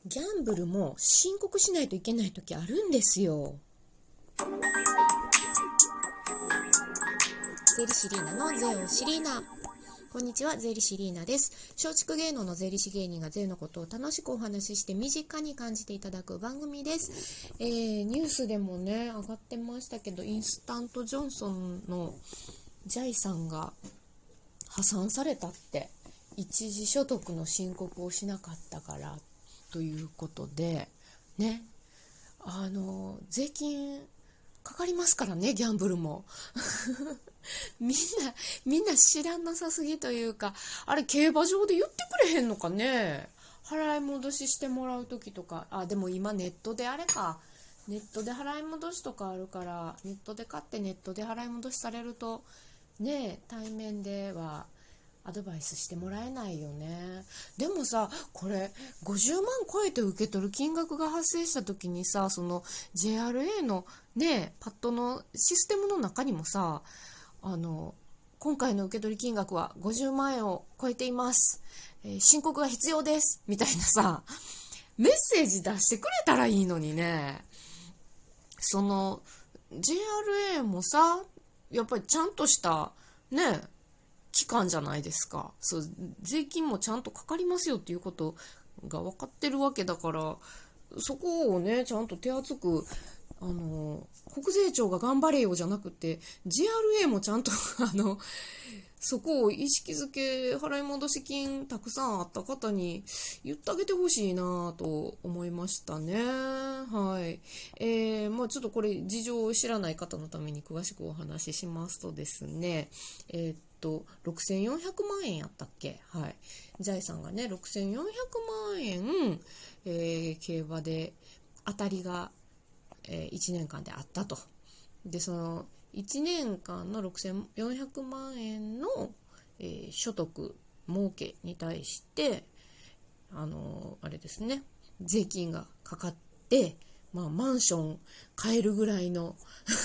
ギャンブルも申告しないといけない時あるんですよ。税理士リーナの税をシリーナ。こんにちは、税理士リーナです。松竹芸能の税理士芸人が税のことを楽しくお話しして身近に感じていただく番組です。ニュースでもね上がってましたけど、インスタントジョンソンのジャイさんが破産されたって、一時所得の申告をしなかったからということでね、税金かかりますからね、ギャンブルもみんな知らなさすぎというか、あれ競馬場で言ってくれへんのかね、払い戻ししてもらう時とか。でも今ネットでネットで払い戻しとかあるから、ネットで買ってネットで払い戻しされるとね、対面ではアドバイスしてもらえないよね。でもさ、これ50万超えて受け取る金額が発生した時にさ、その JRA のねパッドのシステムの中にもさ、今回の受け取り金額は50万円を超えています、申告が必要ですみたいなさ、メッセージ出してくれたらいいのにね。その JRA もさ、やっぱりちゃんとしたね期間じゃないですか。そう、税金もちゃんとかかりますよっていうことが分かってるわけだから、そこをねちゃんと手厚く、国税庁が頑張れよじゃなくて JRA もちゃんとそこを意識づけ、払い戻し金たくさんあった方に言ってあげてほしいなと思いましたね。はい。ちょっとこれ事情を知らない方のために詳しくお話ししますとですね、6400万円やったっけ。はい。ジャイさんがね6400万円、競馬で当たりが、1年間であったと。でその1年間の6400万円の、所得儲けに対してあれですね、税金がかかって、マンション買えるぐらいの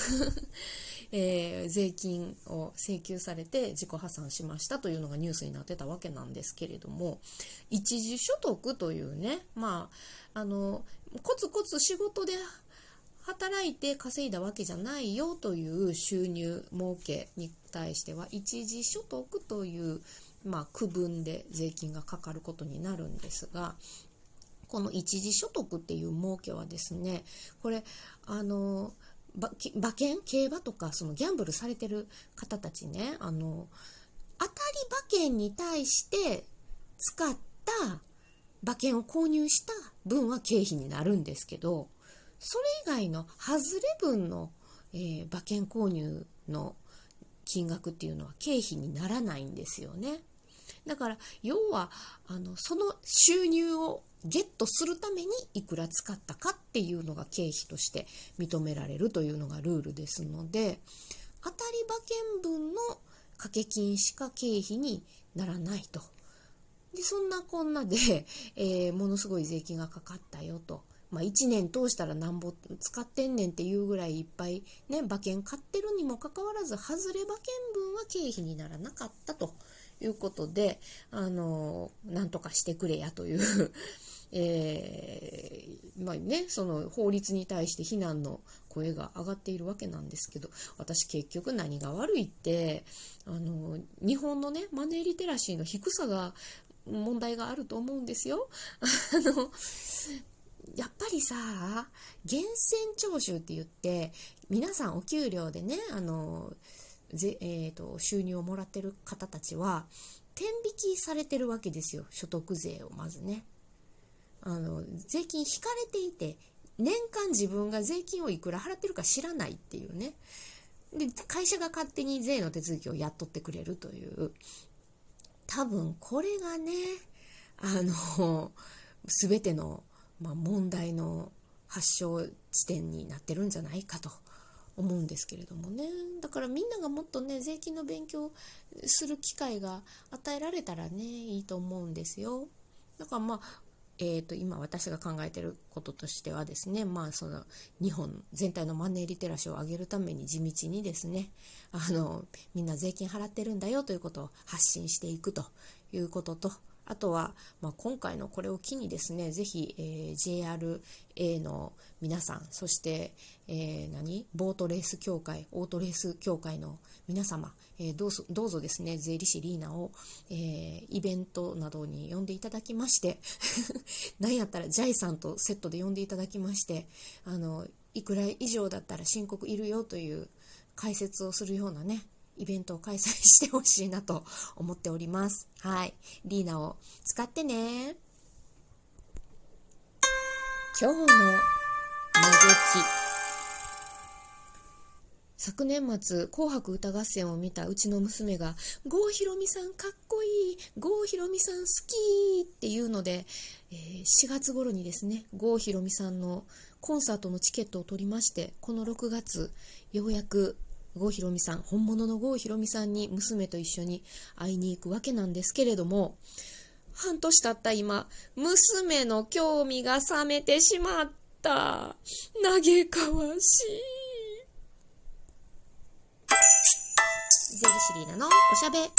税金を請求されて自己破産しましたというのがニュースになってたわけなんですけれども、一時所得というね、コツコツ仕事で働いて稼いだわけじゃないよという収入儲けに対しては一時所得という、区分で税金がかかることになるんですが、この一時所得っていう儲けはですね、これ馬券、競馬とかそのギャンブルされてる方たちね、当たり馬券に対して使った馬券を購入した分は経費になるんですけど、それ以外の外れ分の、馬券購入の金額っていうのは経費にならないんですよね。だから要はその収入をゲットするためにいくら使ったかっていうのが経費として認められるというのがルールですので、当たり馬券分の掛け金しか経費にならないと。でそんなこんなで、ものすごい税金がかかったよと。1年通したらなんぼ使ってんねんっていうぐらいいっぱいね馬券買ってるにもかかわらず、外れ馬券分は経費にならなかったということで、なんとかしてくれやというその法律に対して非難の声が上がっているわけなんですけど、私結局何が悪いって、日本のねマネーリテラシーの低さが問題があると思うんですよ。やっぱりさ、源泉徴収って言って皆さんお給料でね収入をもらってる方たちは天引きされてるわけですよ、所得税を。まずね税金引かれていて、年間自分が税金をいくら払ってるか知らないっていうね。で会社が勝手に税の手続きをやっとってくれるという、多分これがね全ての問題の発祥地点になってるんじゃないかと思うんですけれどもね。だからみんながもっとね税金の勉強する機会が与えられたらねいいと思うんですよ。だから今私が考えていることとしてはですね、その日本全体のマネーリテラシーを上げるために地道にですねみんな税金払ってるんだよということを発信していくということと、 あとは、今回のこれを機にですね、ぜひ、JRA の皆さん、そして、ボートレース協会、オートレース協会の皆様、どうぞですね、税理士リーナを、イベントなどに呼んでいただきましてなんやったらジャイさんとセットで呼んでいただきまして、いくら以上だったら申告いるよという解説をするようなね、イベントを開催してほしいなと思っております。はい。リーナを使ってね。今日の嘆き。昨年末、紅白歌合戦を見たうちの娘が、郷ひろみさんかっこいい、郷ひろみさん好きっていうので、4月頃にですね、郷ひろみさんのコンサートのチケットを取りまして、この6月、ようやく郷ひろみさん、本物の郷ひろみさんに娘と一緒に会いに行くわけなんですけれども、半年経った今、娘の興味が冷めてしまった。嘆かわしい。税理士リーナのおしゃべりー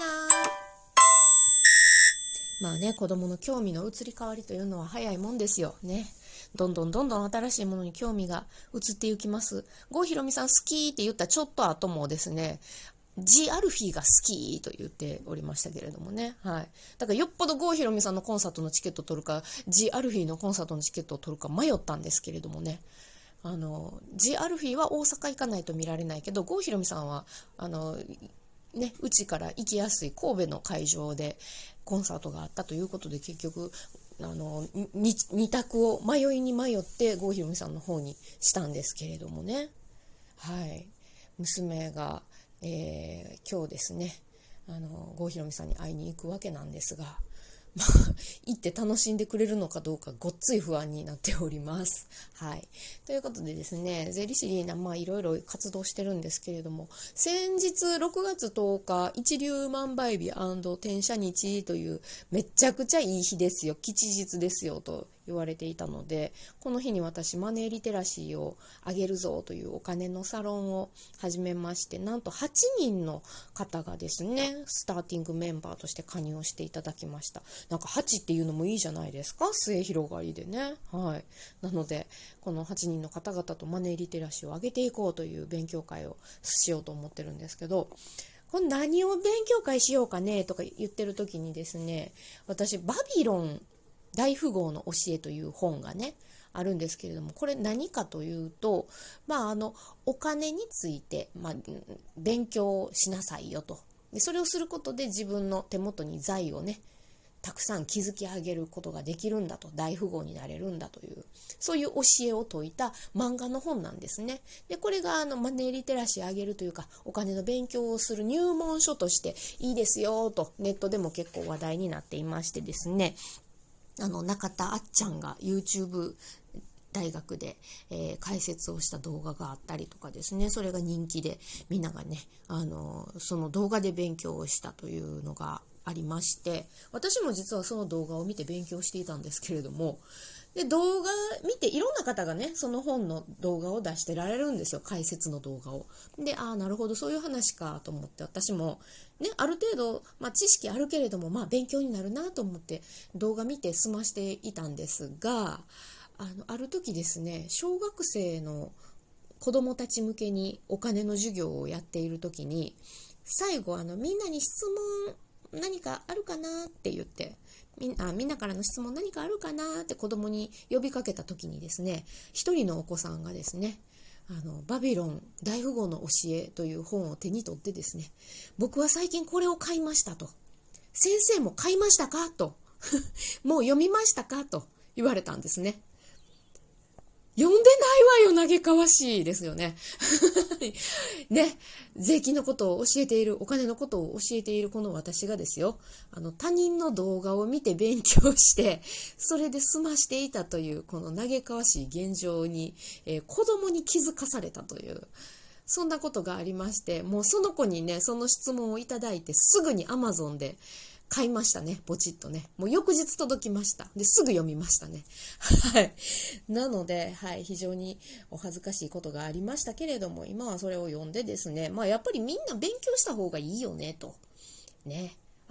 ナ。子供の興味の移り変わりというのは早いもんですよね。どんどん新しいものに興味が移っていきます。郷ひろみさん好きって言ったちょっと後もですね、ジ・アルフィーが好きと言っておりましたけれどもね。はい。だからよっぽど郷ひろみさんのコンサートのチケットを取るか、ジ・アルフィーのコンサートのチケットを取るか迷ったんですけれどもね。ジ・アルフィーは大阪行かないと見られないけど、郷ひろみさんは、うちから行きやすい神戸の会場でコンサートがあったということで、結局、二択を迷いに迷って郷ひろみさんの方にしたんですけれどもね。はい。娘が、今日ですね、郷ひろみさんに会いに行くわけなんですが、行って楽しんでくれるのかどうかごっつい不安になっております。はい。ということでですね、税理士リーナ、いろいろ活動してるんですけれども、先日6月10日、一粒万倍日転写日というめちゃくちゃいい日ですよ、吉日ですよと言われていたので、この日に私マネーリテラシーを上げるぞというお金のサロンを始めまして、なんと8人の方がですね、スターティングメンバーとして加入をしていただきました。なんか8っていうのもいいじゃないですか、末広がりでね。はい。なのでこの8人の方々とマネーリテラシーを上げていこうという勉強会をしようと思ってるんですけど、これ何を勉強会しようかねとか言ってる時にですね、私バビロン大富豪の教えという本がねあるんですけれども、これ何かというと、お金について、勉強しなさいよと。でそれをすることで自分の手元に財をねたくさん築き上げることができるんだと、大富豪になれるんだという、そういう教えを説いた漫画の本なんですね。でこれがマネーリテラシー上げるというか、お金の勉強をする入門書としていいですよと、ネットでも結構話題になっていましてですね、中田あっちゃんが YouTube 大学で、解説をした動画があったりとかですね、それが人気でみんながねその動画で勉強をしたというのがありまして、私も実はその動画を見て勉強していたんですけれども、で動画見ていろんな方がねその本の動画を出してられるんですよ、解説の動画を。でなるほどそういう話かと思って、私もねある程度、知識あるけれども勉強になるなと思って動画見て済ましていたんですが、ある時ですね、小学生の子供たち向けにお金の授業をやっている時に、最後みんなに質問何かあるかなって言って、みんなからの質問何かあるかなって子供に呼びかけた時にですね、一人のお子さんがですね、バビロン大富豪の教えという本を手に取ってですね、僕は最近これを買いましたと、先生も買いましたかともう読みましたかと言われたんですね。読んでないわよ、嘆かわしいですよね。ね、税金のことを教えている、お金のことを教えているこの私がですよ、他人の動画を見て勉強して、それで済ましていたという、この嘆かわしい現状に、子供に気づかされたという、そんなことがありまして、もうその子にね、その質問をいただいて、すぐに Amazon で、買いましたね、ポチッとね。もう翌日届きました。ですぐ読みましたね。はい。なので、はい、非常にお恥ずかしいことがありましたけれども、今はそれを読んでですね、やっぱりみんな勉強した方がいいよね、と。ね。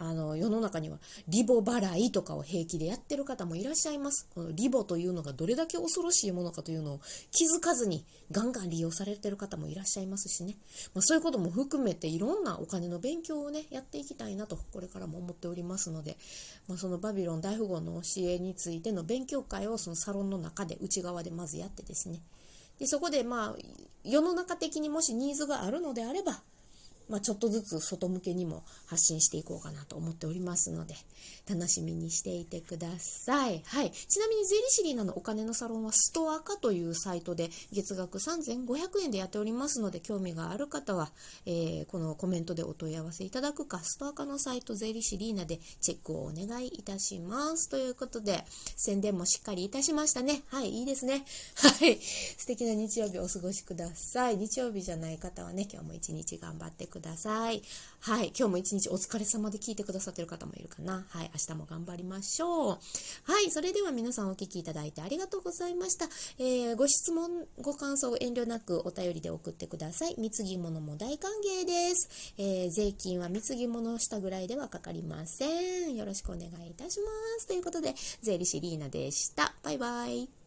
世の中にはリボ払いとかを平気でやってる方もいらっしゃいます。このリボというのがどれだけ恐ろしいものかというのを気づかずにガンガン利用されてる方もいらっしゃいますしね。そういうことも含めていろんなお金の勉強をね、やっていきたいなと、これからも思っておりますので、そのバビロン大富豪の教えについての勉強会をそのサロンの中で内側でまずやってですね。で、そこで世の中的にもしニーズがあるのであれば、ちょっとずつ外向けにも発信していこうかなと思っておりますので、楽しみにしていてください。はい。ちなみに税理士リーナのお金のサロンはストアカというサイトで月額3500円でやっておりますので、興味がある方は、このコメントでお問い合わせいただくか、ストアカのサイト税理士リーナでチェックをお願いいたします。ということで、宣伝もしっかりいたしましたね。はい、いいですね。はい。素敵な日曜日をお過ごしください。日曜日じゃない方はね、今日も一日頑張ってください。はい。今日も一日お疲れ様で聞いてくださってる方もいるかな。はい。明日も頑張りましょう。はい。それでは皆さんお聞きいただいてありがとうございました。ご質問、ご感想を遠慮なくお便りで送ってください。貢ぎ物も大歓迎です。税金は貢ぎ物をしたぐらいではかかりません。よろしくお願いいたします。ということで、税理士リーナでした。バイバイ。